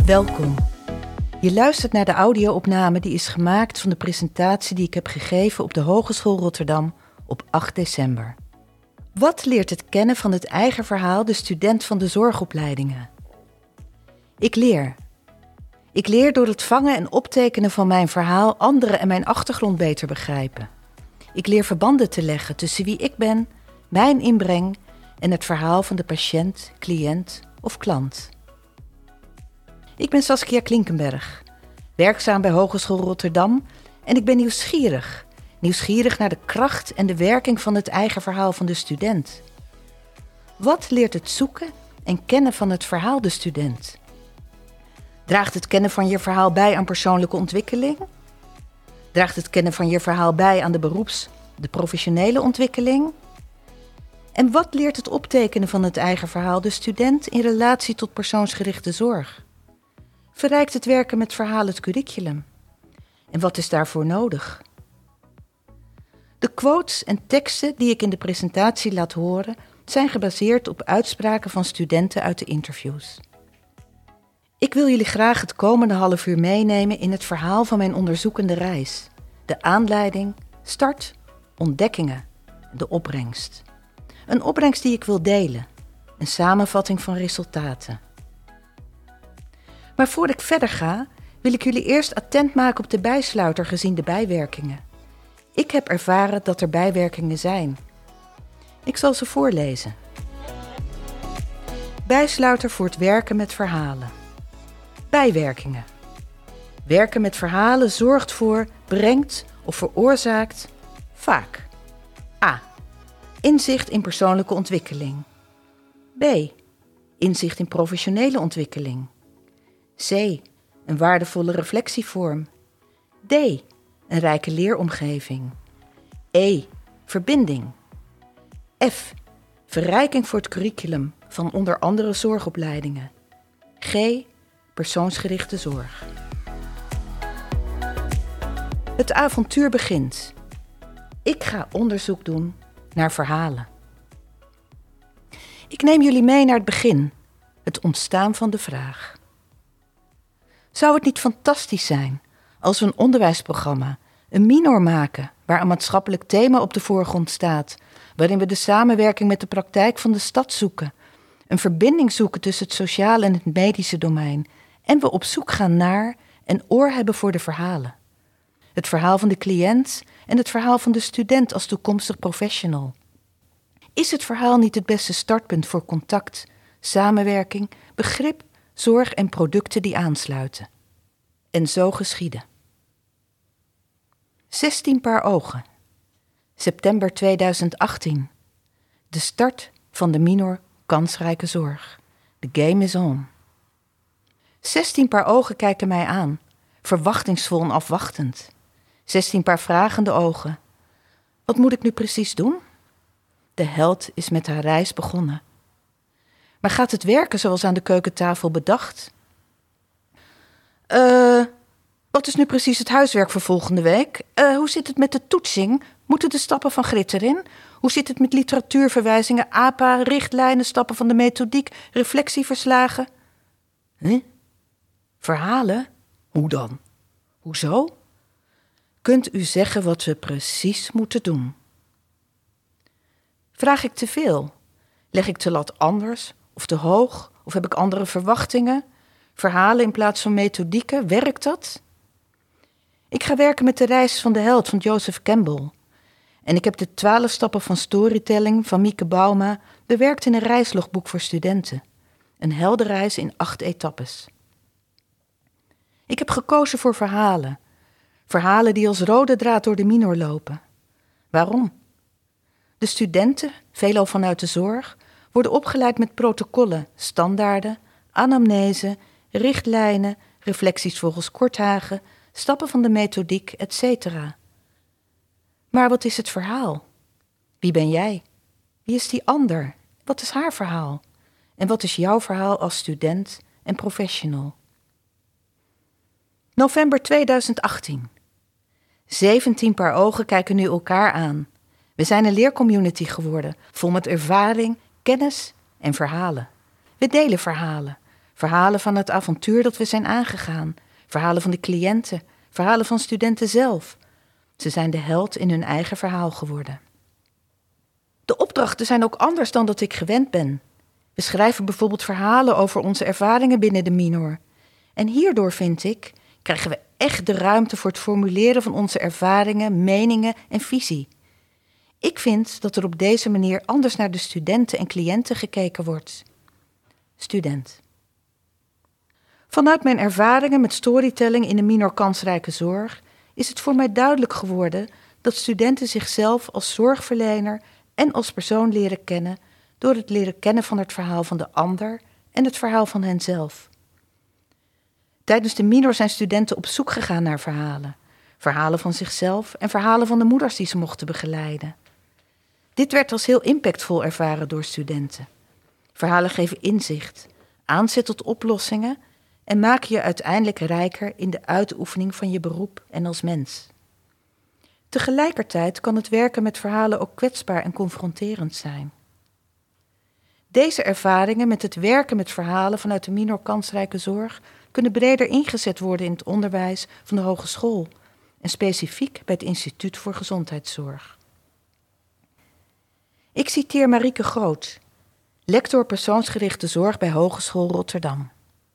Welkom. Je luistert naar de audio-opname die is gemaakt van de presentatie die ik heb gegeven op de Hogeschool Rotterdam op 8 december. Wat leert het kennen van het eigen verhaal de student van de zorgopleidingen? Ik leer door het vangen en optekenen van mijn verhaal anderen en mijn achtergrond beter begrijpen. Ik leer verbanden te leggen tussen wie ik ben, mijn inbreng en het verhaal van de patiënt, cliënt of klant. Ik ben Saskia Klinkenberg, werkzaam bij Hogeschool Rotterdam en ik ben nieuwsgierig. Nieuwsgierig naar de kracht en de werking van het eigen verhaal van de student. Wat leert het zoeken en kennen van het verhaal de student? Draagt het kennen van je verhaal bij aan persoonlijke ontwikkeling? Draagt het kennen van je verhaal bij aan de professionele ontwikkeling? En wat leert het optekenen van het eigen verhaal de student in relatie tot persoonsgerichte zorg? Verrijkt het werken met verhaal het curriculum? En wat is daarvoor nodig? De quotes en teksten die ik in de presentatie laat horen zijn gebaseerd op uitspraken van studenten uit de interviews. Ik wil jullie graag het komende half uur meenemen in het verhaal van mijn onderzoekende reis. De aanleiding, start, ontdekkingen, de opbrengst. Een opbrengst die ik wil delen, een samenvatting van resultaten. Maar voordat ik verder ga, wil ik jullie eerst attent maken op de bijsluiter gezien de bijwerkingen. Ik heb ervaren dat er bijwerkingen zijn. Ik zal ze voorlezen. Bijsluiter voor het werken met verhalen. Bijwerkingen. Werken met verhalen zorgt voor, brengt of veroorzaakt vaak a. Inzicht in persoonlijke ontwikkeling. B. Inzicht in professionele ontwikkeling. C. Een waardevolle reflectievorm. D. Een rijke leeromgeving. E. Verbinding. F. Verrijking voor het curriculum van onder andere zorgopleidingen. G. Persoonsgerichte zorg. Het avontuur begint. Ik ga onderzoek doen naar verhalen. Ik neem jullie mee naar het begin, het ontstaan van de vraag. Zou het niet fantastisch zijn als we een onderwijsprogramma, een minor maken, waar een maatschappelijk thema op de voorgrond staat, waarin we de samenwerking met de praktijk van de stad zoeken, een verbinding zoeken tussen het sociale en het medische domein, en we op zoek gaan naar en oor hebben voor de verhalen. Het verhaal van de cliënt en het verhaal van de student als toekomstig professional. Is het verhaal niet het beste startpunt voor contact, samenwerking, begrip, zorg en producten die aansluiten? En zo geschiedde. 16 paar ogen. September 2018. De start van de minor kansrijke zorg. The game is on. 16 paar ogen kijken mij aan, verwachtingsvol en afwachtend. 16 paar vragende ogen. Wat moet ik nu precies doen? De held is met haar reis begonnen. Maar gaat het werken zoals aan de keukentafel bedacht? Wat is nu precies het huiswerk voor volgende week? Hoe zit het met de toetsing? Moeten de stappen van Grit erin? Hoe zit het met literatuurverwijzingen, APA, richtlijnen, stappen van de methodiek, reflectieverslagen? Verhalen? Hoe dan? Hoezo? Kunt u zeggen wat we precies moeten doen? Vraag ik te veel? Leg ik de lat anders of te hoog? Of heb ik andere verwachtingen? Verhalen in plaats van methodieken, werkt dat? Ik ga werken met de reis van de held van Joseph Campbell. En ik heb de 12 stappen van storytelling van Mieke Bouma bewerkt in een reislogboek voor studenten. Een heldenreis in 8 etappes. Ik heb gekozen voor verhalen. Verhalen die als rode draad door de minor lopen. Waarom? De studenten, veelal vanuit de zorg, worden opgeleid met protocollen, standaarden, anamnese, richtlijnen, reflecties volgens Korthagen, stappen van de methodiek, etc. Maar wat is het verhaal? Wie ben jij? Wie is die ander? Wat is haar verhaal? En wat is jouw verhaal als student en professional? November 2018. 17 paar ogen kijken nu elkaar aan. We zijn een leercommunity geworden, vol met ervaring, kennis en verhalen. We delen verhalen. Verhalen van het avontuur dat we zijn aangegaan. Verhalen van de cliënten. Verhalen van studenten zelf. Ze zijn de held in hun eigen verhaal geworden. De opdrachten zijn ook anders dan dat ik gewend ben. We schrijven bijvoorbeeld verhalen over onze ervaringen binnen de minor. En hierdoor, vind ik, krijgen we echt de ruimte voor het formuleren van onze ervaringen, meningen en visie. Ik vind dat er op deze manier anders naar de studenten en cliënten gekeken wordt. Student. Vanuit mijn ervaringen met storytelling in de minor kansrijke zorg is het voor mij duidelijk geworden dat studenten zichzelf als zorgverlener en als persoon leren kennen door het leren kennen van het verhaal van de ander en het verhaal van henzelf. Tijdens de minor zijn studenten op zoek gegaan naar verhalen. Verhalen van zichzelf en verhalen van de moeders die ze mochten begeleiden. Dit werd als heel impactvol ervaren door studenten. Verhalen geven inzicht, aanzet tot oplossingen en maken je uiteindelijk rijker in de uitoefening van je beroep en als mens. Tegelijkertijd kan het werken met verhalen ook kwetsbaar en confronterend zijn. Deze ervaringen met het werken met verhalen vanuit de minor kansrijke zorg kunnen breder ingezet worden in het onderwijs van de hogeschool en specifiek bij het Instituut voor Gezondheidszorg. Ik citeer Marieke Groot, lector persoonsgerichte zorg bij Hogeschool Rotterdam.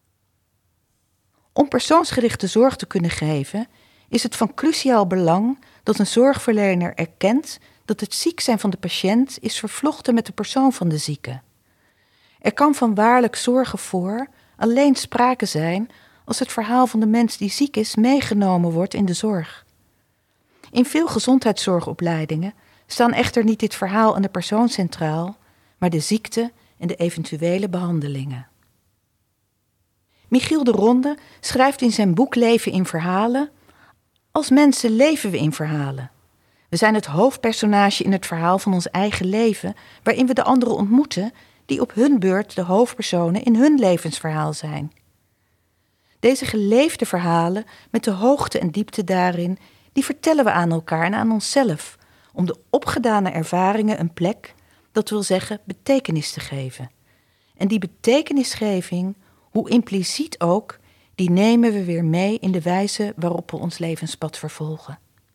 Om persoonsgerichte zorg te kunnen geven, is het van cruciaal belang dat een zorgverlener erkent dat het ziek zijn van de patiënt is vervlochten met de persoon van de zieke. Er kan van waarlijk zorgen voor alleen sprake zijn als het verhaal van de mens die ziek is meegenomen wordt in de zorg. In veel gezondheidszorgopleidingen staan echter niet dit verhaal en de persoon centraal, maar de ziekte en de eventuele behandelingen. Michiel de Ronde schrijft in zijn boek Leven in Verhalen: als mensen leven we in verhalen. We zijn het hoofdpersonage in het verhaal van ons eigen leven, waarin we de anderen ontmoeten die op hun beurt de hoofdpersonen in hun levensverhaal zijn. Deze geleefde verhalen met de hoogte en diepte daarin, die vertellen we aan elkaar en aan onszelf, om de opgedane ervaringen een plek, dat wil zeggen betekenis te geven. En die betekenisgeving, hoe impliciet ook, die nemen we weer mee in de wijze waarop we ons levenspad vervolgen.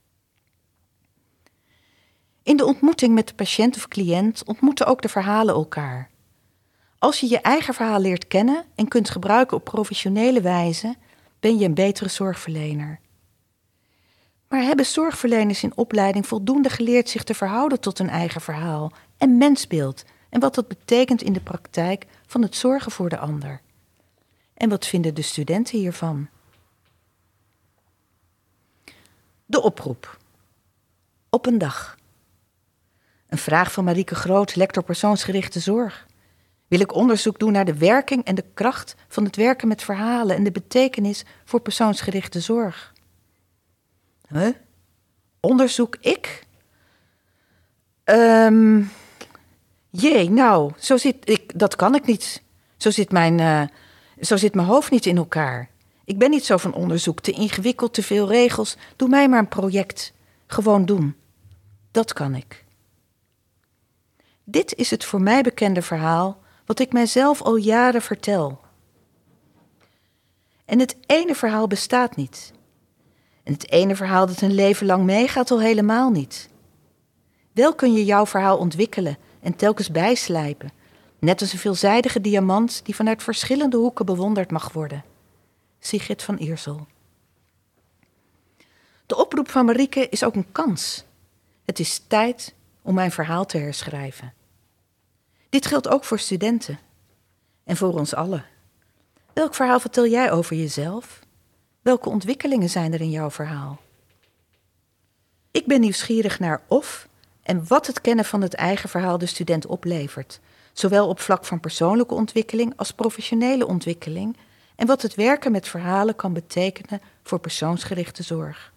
In de ontmoeting met de patiënt of cliënt ontmoeten ook de verhalen elkaar. Als je je eigen verhaal leert kennen en kunt gebruiken op professionele wijze, ben je een betere zorgverlener. Maar hebben zorgverleners in opleiding voldoende geleerd zich te verhouden tot hun eigen verhaal en mensbeeld en wat dat betekent in de praktijk van het zorgen voor de ander? En wat vinden de studenten hiervan? De oproep. Op een dag. Een vraag van Marieke Groot, lector persoonsgerichte zorg. Wil ik onderzoek doen naar de werking en de kracht van het werken met verhalen en de betekenis voor persoonsgerichte zorg? Onderzoek ik? Dat kan ik niet. Zo zit mijn hoofd niet in elkaar. Ik ben niet zo van onderzoek, te ingewikkeld, te veel regels. Doe mij maar een project. Gewoon doen. Dat kan ik. Dit is het voor mij bekende verhaal wat ik mijzelf al jaren vertel. En het ene verhaal bestaat niet. En het ene verhaal dat een leven lang meegaat al helemaal niet. Wel kun je jouw verhaal ontwikkelen en telkens bijslijpen, net als een veelzijdige diamant die vanuit verschillende hoeken bewonderd mag worden. Sigrid van Iersel. De oproep van Marieke is ook een kans. Het is tijd om mijn verhaal te herschrijven. Dit geldt ook voor studenten en voor ons allen. Welk verhaal vertel jij over jezelf? Welke ontwikkelingen zijn er in jouw verhaal? Ik ben nieuwsgierig naar of en wat het kennen van het eigen verhaal de student oplevert, zowel op vlak van persoonlijke ontwikkeling als professionele ontwikkeling, en wat het werken met verhalen kan betekenen voor persoonsgerichte zorg.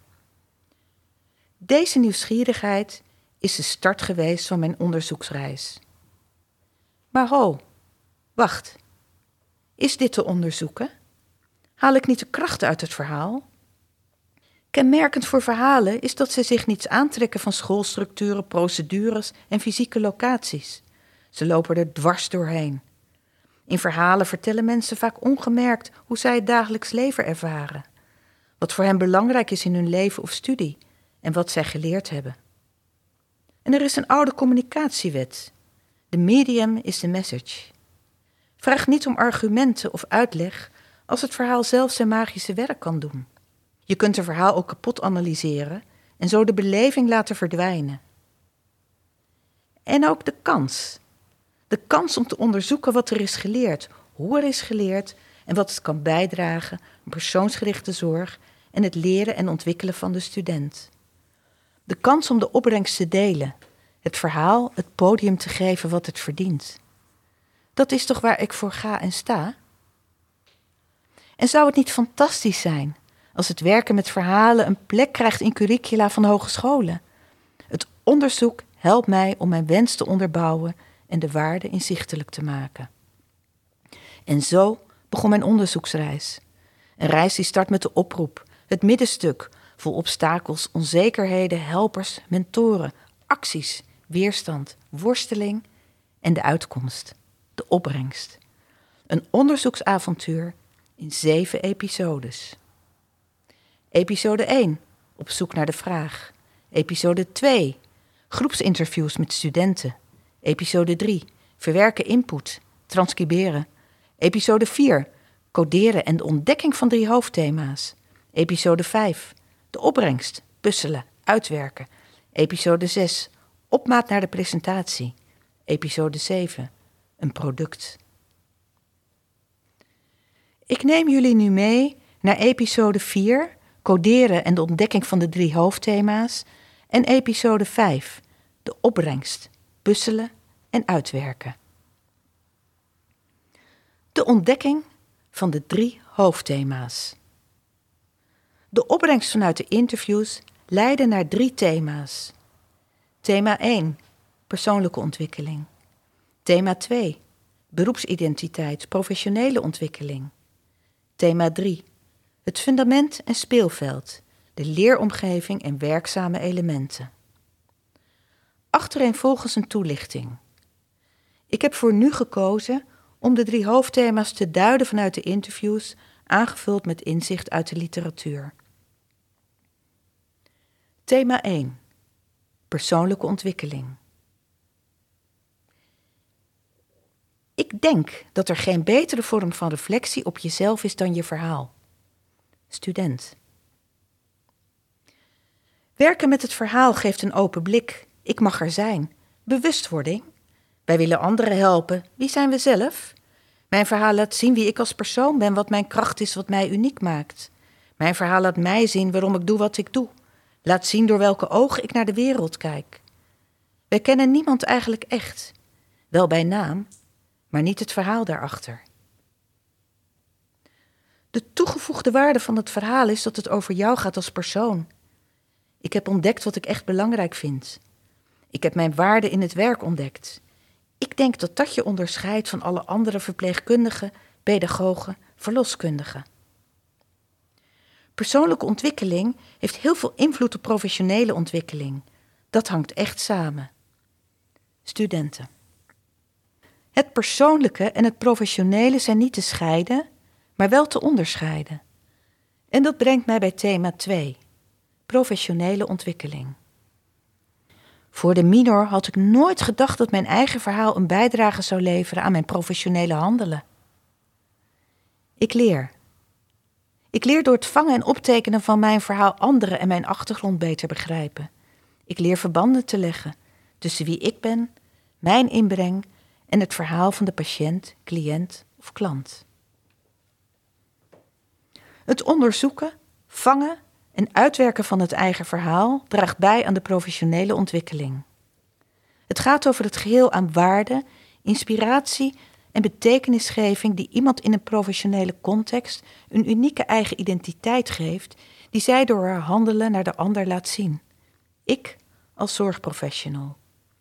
Deze nieuwsgierigheid is de start geweest van mijn onderzoeksreis. Maar wacht. Is dit te onderzoeken? Haal ik niet de krachten uit het verhaal? Kenmerkend voor verhalen is dat ze zich niets aantrekken van schoolstructuren, procedures en fysieke locaties. Ze lopen er dwars doorheen. In verhalen vertellen mensen vaak ongemerkt hoe zij het dagelijks leven ervaren. Wat voor hen belangrijk is in hun leven of studie en wat zij geleerd hebben. En er is een oude communicatiewet. The medium is the message. Vraag niet om argumenten of uitleg als het verhaal zelf zijn magische werk kan doen. Je kunt een verhaal ook kapot analyseren en zo de beleving laten verdwijnen. En ook de kans. De kans om te onderzoeken wat er is geleerd, hoe er is geleerd en wat het kan bijdragen aan persoonsgerichte zorg en het leren en ontwikkelen van de student. De kans om de opbrengst te delen, het verhaal het podium te geven wat het verdient. Dat is toch waar ik voor ga en sta? En zou het niet fantastisch zijn als het werken met verhalen een plek krijgt in curricula van hogescholen? Het onderzoek helpt mij om mijn wens te onderbouwen en de waarde inzichtelijk te maken. En zo begon mijn onderzoeksreis. Een reis die start met de oproep, het middenstuk, vol obstakels, onzekerheden, helpers, mentoren, acties, weerstand, worsteling en de uitkomst, de opbrengst. Een onderzoeksavontuur in 7 episodes. Episode 1, op zoek naar de vraag. Episode 2, groepsinterviews met studenten. Episode 3, verwerken input, transcriberen. Episode 4, coderen en de ontdekking van 3 hoofdthema's. Episode 5, de opbrengst, puzzelen, uitwerken. Episode 6, opmaat naar de presentatie. Episode 7, een product. Ik neem jullie nu mee naar episode 4, coderen en de ontdekking van de 3 hoofdthema's. En episode 5, de opbrengst, puzzelen en uitwerken. De ontdekking van de 3 hoofdthema's. De opbrengst vanuit de interviews leidde naar 3 thema's. Thema 1, persoonlijke ontwikkeling. Thema 2, beroepsidentiteit, professionele ontwikkeling. Thema 3, het fundament en speelveld, de leeromgeving en werkzame elementen. Achtereenvolgens een toelichting. Ik heb voor nu gekozen om de 3 hoofdthema's te duiden vanuit de interviews, aangevuld met inzicht uit de literatuur. Thema 1. Persoonlijke ontwikkeling. Ik denk dat er geen betere vorm van reflectie op jezelf is dan je verhaal. Student. Werken met het verhaal geeft een open blik. Ik mag er zijn. Bewustwording. Wij willen anderen helpen. Wie zijn we zelf? Mijn verhaal laat zien wie ik als persoon ben, wat mijn kracht is, wat mij uniek maakt. Mijn verhaal laat mij zien waarom ik doe wat ik doe. Laat zien door welke ogen ik naar de wereld kijk. Wij kennen niemand eigenlijk echt. Wel bij naam, maar niet het verhaal daarachter. De toegevoegde waarde van het verhaal is dat het over jou gaat als persoon. Ik heb ontdekt wat ik echt belangrijk vind. Ik heb mijn waarde in het werk ontdekt. Ik denk dat dat je onderscheidt van alle andere verpleegkundigen, pedagogen, verloskundigen. Persoonlijke ontwikkeling heeft heel veel invloed op professionele ontwikkeling. Dat hangt echt samen. Studenten. Het persoonlijke en het professionele zijn niet te scheiden, maar wel te onderscheiden. En dat brengt mij bij thema 2, professionele ontwikkeling. Voor de minor had ik nooit gedacht dat mijn eigen verhaal een bijdrage zou leveren aan mijn professionele handelen. Ik leer. Ik leer door het vangen en optekenen van mijn verhaal anderen en mijn achtergrond beter begrijpen. Ik leer verbanden te leggen tussen wie ik ben, mijn inbreng en het verhaal van de patiënt, cliënt of klant. Het onderzoeken, vangen en uitwerken van het eigen verhaal draagt bij aan de professionele ontwikkeling. Het gaat over het geheel aan waarde, inspiratie en betekenisgeving die iemand in een professionele context een unieke eigen identiteit geeft, die zij door haar handelen naar de ander laat zien. Ik als zorgprofessional.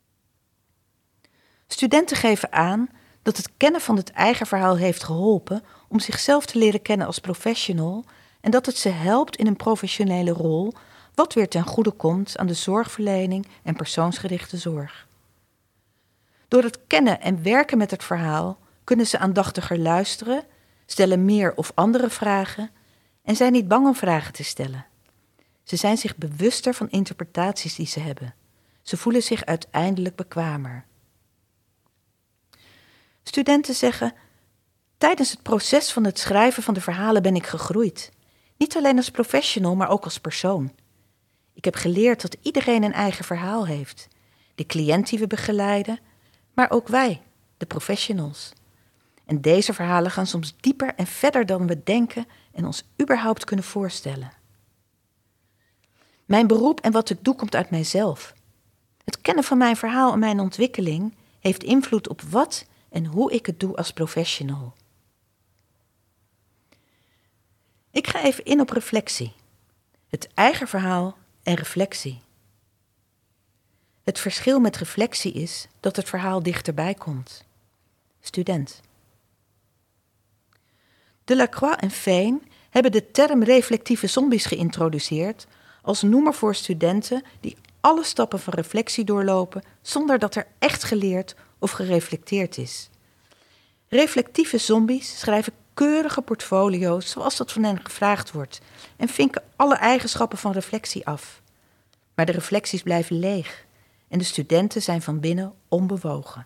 Studenten geven aan dat het kennen van het eigen verhaal heeft geholpen om zichzelf te leren kennen als professional en dat het ze helpt in een professionele rol, wat weer ten goede komt aan de zorgverlening en persoonsgerichte zorg. Door het kennen en werken met het verhaal Kunnen ze aandachtiger luisteren, stellen meer of andere vragen en zijn niet bang om vragen te stellen. Ze zijn zich bewuster van interpretaties die ze hebben. Ze voelen zich uiteindelijk bekwamer. Studenten zeggen: tijdens het proces van het schrijven van de verhalen ben ik gegroeid. Niet alleen als professional, maar ook als persoon. Ik heb geleerd dat iedereen een eigen verhaal heeft. De cliënt die we begeleiden, maar ook wij, de professionals. En deze verhalen gaan soms dieper en verder dan we denken en ons überhaupt kunnen voorstellen. Mijn beroep en wat ik doe komt uit mijzelf. Het kennen van mijn verhaal en mijn ontwikkeling heeft invloed op wat en hoe ik het doe als professional. Ik ga even in op reflectie. Het eigen verhaal en reflectie. Het verschil met reflectie is dat het verhaal dichterbij komt. Student. Delacroix en Veen hebben de term reflectieve zombies geïntroduceerd als noemer voor studenten die alle stappen van reflectie doorlopen zonder dat er echt geleerd of gereflecteerd is. Reflectieve zombies schrijven keurige portfolio's zoals dat van hen gevraagd wordt en vinken alle eigenschappen van reflectie af. Maar de reflecties blijven leeg en de studenten zijn van binnen onbewogen.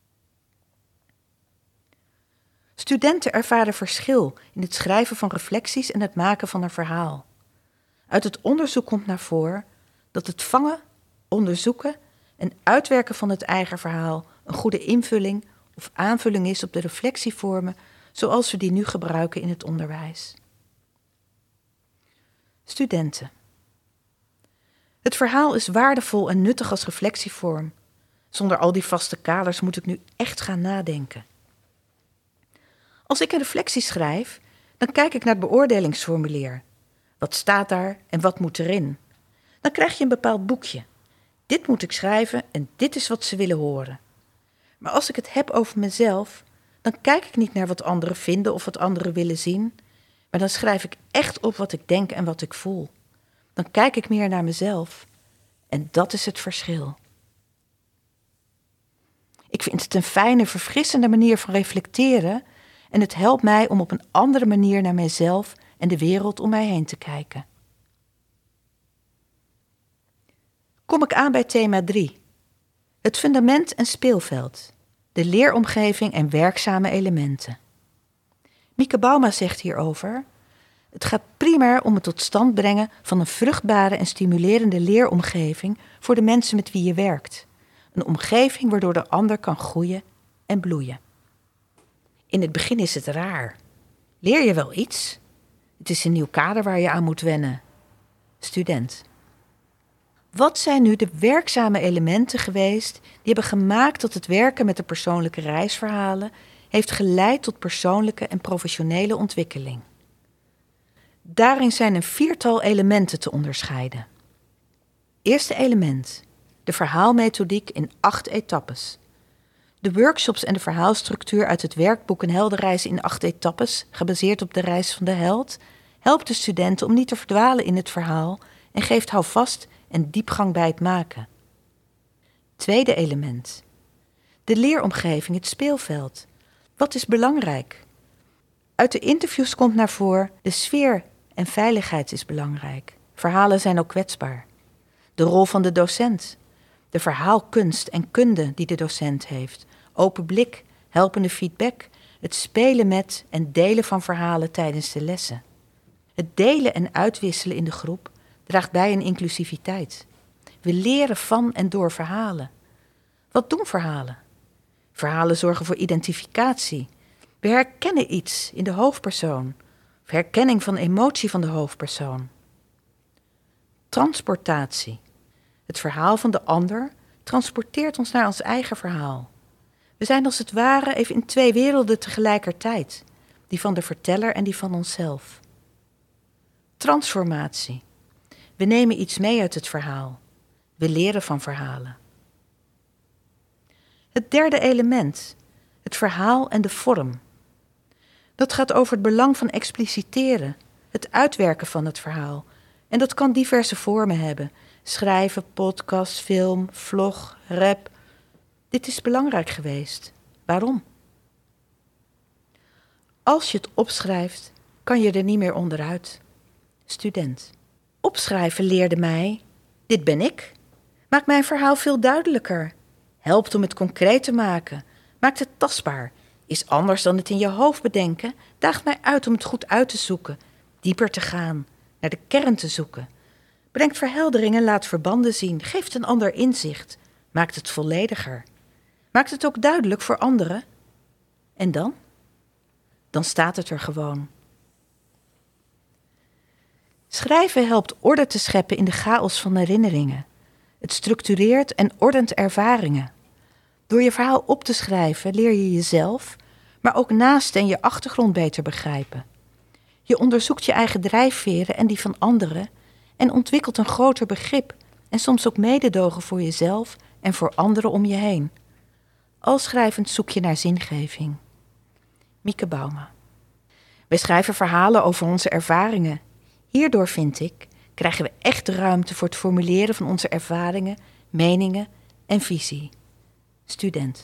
Studenten ervaren verschil in het schrijven van reflecties en het maken van een verhaal. Uit het onderzoek komt naar voren dat het vangen, onderzoeken en uitwerken van het eigen verhaal een goede invulling of aanvulling is op de reflectievormen zoals we die nu gebruiken in het onderwijs. Studenten. Het verhaal is waardevol en nuttig als reflectievorm. Zonder al die vaste kaders moet ik nu echt gaan nadenken. Als ik een reflectie schrijf, dan kijk ik naar het beoordelingsformulier. Wat staat daar en wat moet erin? Dan krijg je een bepaald boekje. Dit moet ik schrijven en dit is wat ze willen horen. Maar als ik het heb over mezelf, dan kijk ik niet naar wat anderen vinden of wat anderen willen zien, maar dan schrijf ik echt op wat ik denk en wat ik voel. Dan kijk ik meer naar mezelf. En dat is het verschil. Ik vind het een fijne, verfrissende manier van reflecteren en het helpt mij om op een andere manier naar mijzelf en de wereld om mij heen te kijken. Kom ik aan bij thema 3. Het fundament en speelveld. De leeromgeving en werkzame elementen. Mieke Bauma zegt hierover: het gaat primair om het tot stand brengen van een vruchtbare en stimulerende leeromgeving voor de mensen met wie je werkt. Een omgeving waardoor de ander kan groeien en bloeien. In het begin is het raar. Leer je wel iets? Het is een nieuw kader waar je aan moet wennen. Student. Wat zijn nu de werkzame elementen geweest die hebben gemaakt dat het werken met de persoonlijke reisverhalen heeft geleid tot persoonlijke en professionele ontwikkeling? Daarin zijn een 4-tal elementen te onderscheiden. Eerste element, de verhaalmethodiek in 8 etappes. De workshops en de verhaalstructuur uit het werkboek Een heldenreis in 8 etappes, gebaseerd op de reis van de held, helpt de studenten om niet te verdwalen in het verhaal en geeft houvast en diepgang bij het maken. Tweede element, de leeromgeving, het speelveld. Wat is belangrijk? Uit de interviews komt naar voren: de sfeer en veiligheid is belangrijk. Verhalen zijn ook kwetsbaar. De rol van de docent. De verhaalkunst en kunde die de docent heeft. Open blik, helpende feedback. Het spelen met en delen van verhalen tijdens de lessen. Het delen en uitwisselen in de groep draagt bij aan inclusiviteit. We leren van en door verhalen. Wat doen verhalen? Verhalen zorgen voor identificatie. We herkennen iets in de hoofdpersoon. Herkenning van emotie van de hoofdpersoon. Transportatie. Het verhaal van de ander transporteert ons naar ons eigen verhaal. We zijn als het ware even in 2 werelden tegelijkertijd. Die van de verteller en die van onszelf. Transformatie. We nemen iets mee uit het verhaal. We leren van verhalen. Het derde element. Het verhaal en de vorm. Dat gaat over het belang van expliciteren, het uitwerken van het verhaal. En dat kan diverse vormen hebben. Schrijven, podcast, film, vlog, rap. Dit is belangrijk geweest. Waarom? Als je het opschrijft, kan je er niet meer onderuit. Student. Opschrijven leerde mij, dit ben ik. Maakt mijn verhaal veel duidelijker. Helpt om het concreet te maken. Maakt het tastbaar. Is anders dan het in je hoofd bedenken. Daagt mij uit om het goed uit te zoeken. Dieper te gaan. Naar de kern te zoeken. Brengt verheldering en laat verbanden zien. Geeft een ander inzicht. Maakt het vollediger. Maakt het ook duidelijk voor anderen. En dan? Dan staat het er gewoon. Schrijven helpt orde te scheppen in de chaos van herinneringen. Het structureert en ordent ervaringen. Door je verhaal op te schrijven leer je jezelf, maar ook naasten en je achtergrond beter begrijpen. Je onderzoekt je eigen drijfveren en die van anderen en ontwikkelt een groter begrip en soms ook mededogen voor jezelf en voor anderen om je heen. Al schrijvend zoek je naar zingeving. Mieke Bouma. Wij schrijven verhalen over onze ervaringen. Hierdoor, vind ik, krijgen we echt de ruimte voor het formuleren van onze ervaringen, meningen en visie. Student.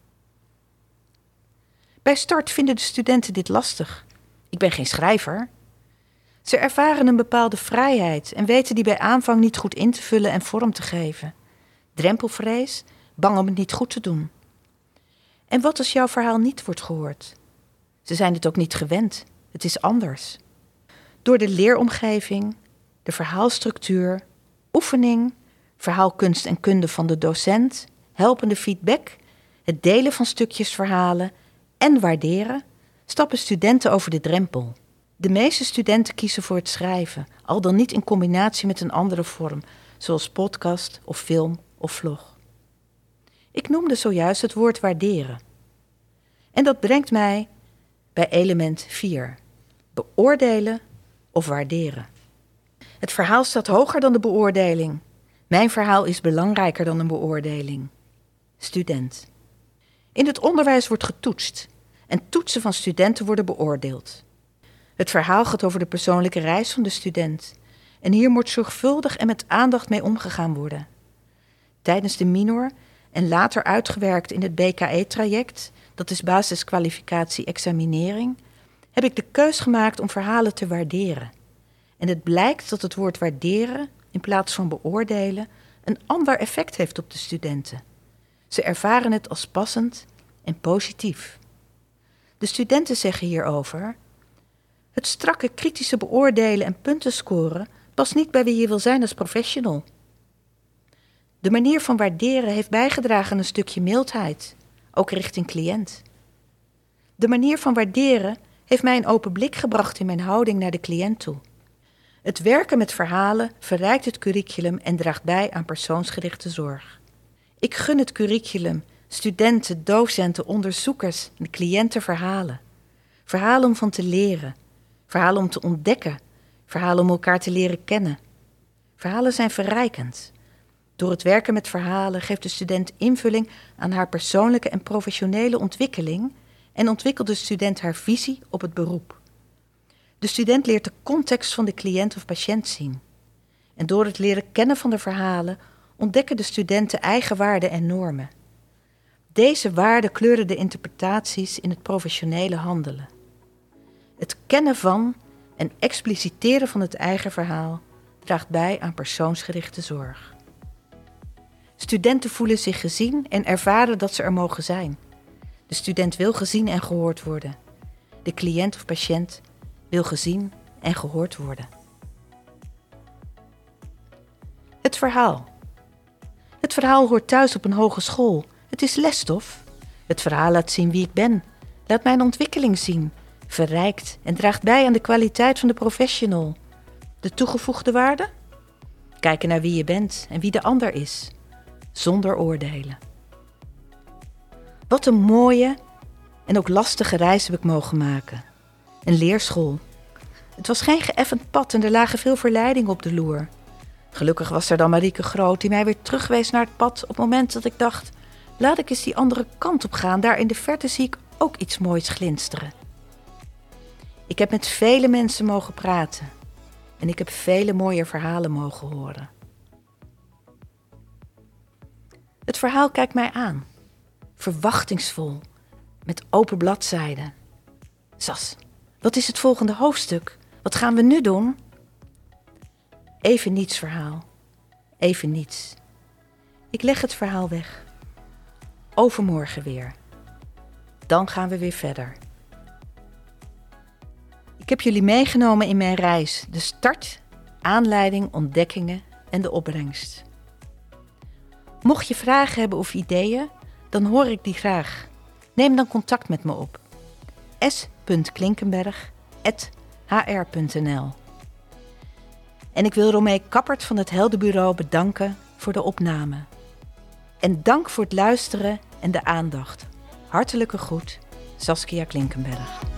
Bij start vinden de studenten dit lastig. Ik ben geen schrijver. Ze ervaren een bepaalde vrijheid en weten die bij aanvang niet goed in te vullen en vorm te geven. Drempelvrees, bang om het niet goed te doen. En wat als jouw verhaal niet wordt gehoord? Ze zijn het ook niet gewend. Het is anders. Door de leeromgeving, de verhaalstructuur, oefening, verhaalkunst en kunde van de docent, helpende feedback, het delen van stukjes verhalen en waarderen, stappen studenten over de drempel. De meeste studenten kiezen voor het schrijven, al dan niet in combinatie met een andere vorm, zoals podcast of film of vlog. Ik noemde zojuist het woord waarderen. En dat brengt mij bij element 4. Beoordelen of waarderen. Het verhaal staat hoger dan de beoordeling. Mijn verhaal is belangrijker dan een beoordeling. Student. In het onderwijs wordt getoetst en toetsen van studenten worden beoordeeld. Het verhaal gaat over de persoonlijke reis van de student en hier moet zorgvuldig en met aandacht mee omgegaan worden. Tijdens de minor en later uitgewerkt in het BKE-traject, dat is basiskwalificatie examinering, heb ik de keus gemaakt om verhalen te waarderen. En het blijkt dat het woord waarderen, in plaats van beoordelen, een ander effect heeft op de studenten. Ze ervaren het als passend en positief. De studenten zeggen hierover: het strakke kritische beoordelen en punten scoren past niet bij wie je wil zijn als professional. De manier van waarderen heeft bijgedragen aan een stukje mildheid, ook richting cliënt. De manier van waarderen heeft mij een open blik gebracht in mijn houding naar de cliënt toe. Het werken met verhalen verrijkt het curriculum en draagt bij aan persoonsgerichte zorg. Ik gun het curriculum, studenten, docenten, onderzoekers en cliënten verhalen. Verhalen om van te leren, verhalen om te ontdekken, verhalen om elkaar te leren kennen. Verhalen zijn verrijkend. Door het werken met verhalen geeft de student invulling aan haar persoonlijke en professionele ontwikkeling en ontwikkelt de student haar visie op het beroep. De student leert de context van de cliënt of patiënt zien. En door het leren kennen van de verhalen ontdekken de studenten eigen waarden en normen. Deze waarden kleuren de interpretaties in het professionele handelen. Het kennen van en expliciteren van het eigen verhaal draagt bij aan persoonsgerichte zorg. Studenten voelen zich gezien en ervaren dat ze er mogen zijn. De student wil gezien en gehoord worden. De cliënt of patiënt wil gezien en gehoord worden. Het verhaal. Het verhaal hoort thuis op een hogeschool. Het is lesstof. Het verhaal laat zien wie ik ben. Laat mijn ontwikkeling zien. Verrijkt en draagt bij aan de kwaliteit van de professional. De toegevoegde waarde? Kijken naar wie je bent en wie de ander is. Zonder oordelen. Wat een mooie en ook lastige reis heb ik mogen maken. Een leerschool. Het was geen geëffend pad en er lagen veel verleidingen op de loer. Gelukkig was er dan Marieke Groot die mij weer terugwees naar het pad op het moment dat ik dacht: laat ik eens die andere kant op gaan, daar in de verte zie ik ook iets moois glinsteren. Ik heb met vele mensen mogen praten en ik heb vele mooie verhalen mogen horen. Het verhaal kijkt mij aan, verwachtingsvol, met open bladzijden. Sas, wat is het volgende hoofdstuk? Wat gaan we nu doen? Even niets verhaal. Even niets. Ik leg het verhaal weg. Overmorgen weer. Dan gaan we weer verder. Ik heb jullie meegenomen in mijn reis. De start, aanleiding, ontdekkingen en de opbrengst. Mocht je vragen hebben of ideeën, dan hoor ik die graag. Neem dan contact met me op. s.klinkenberg@hr.nl. En ik wil Romee Kappert van het Heldenbureau bedanken voor de opname. En dank voor het luisteren en de aandacht. Hartelijke groet, Saskia Klinkenberg.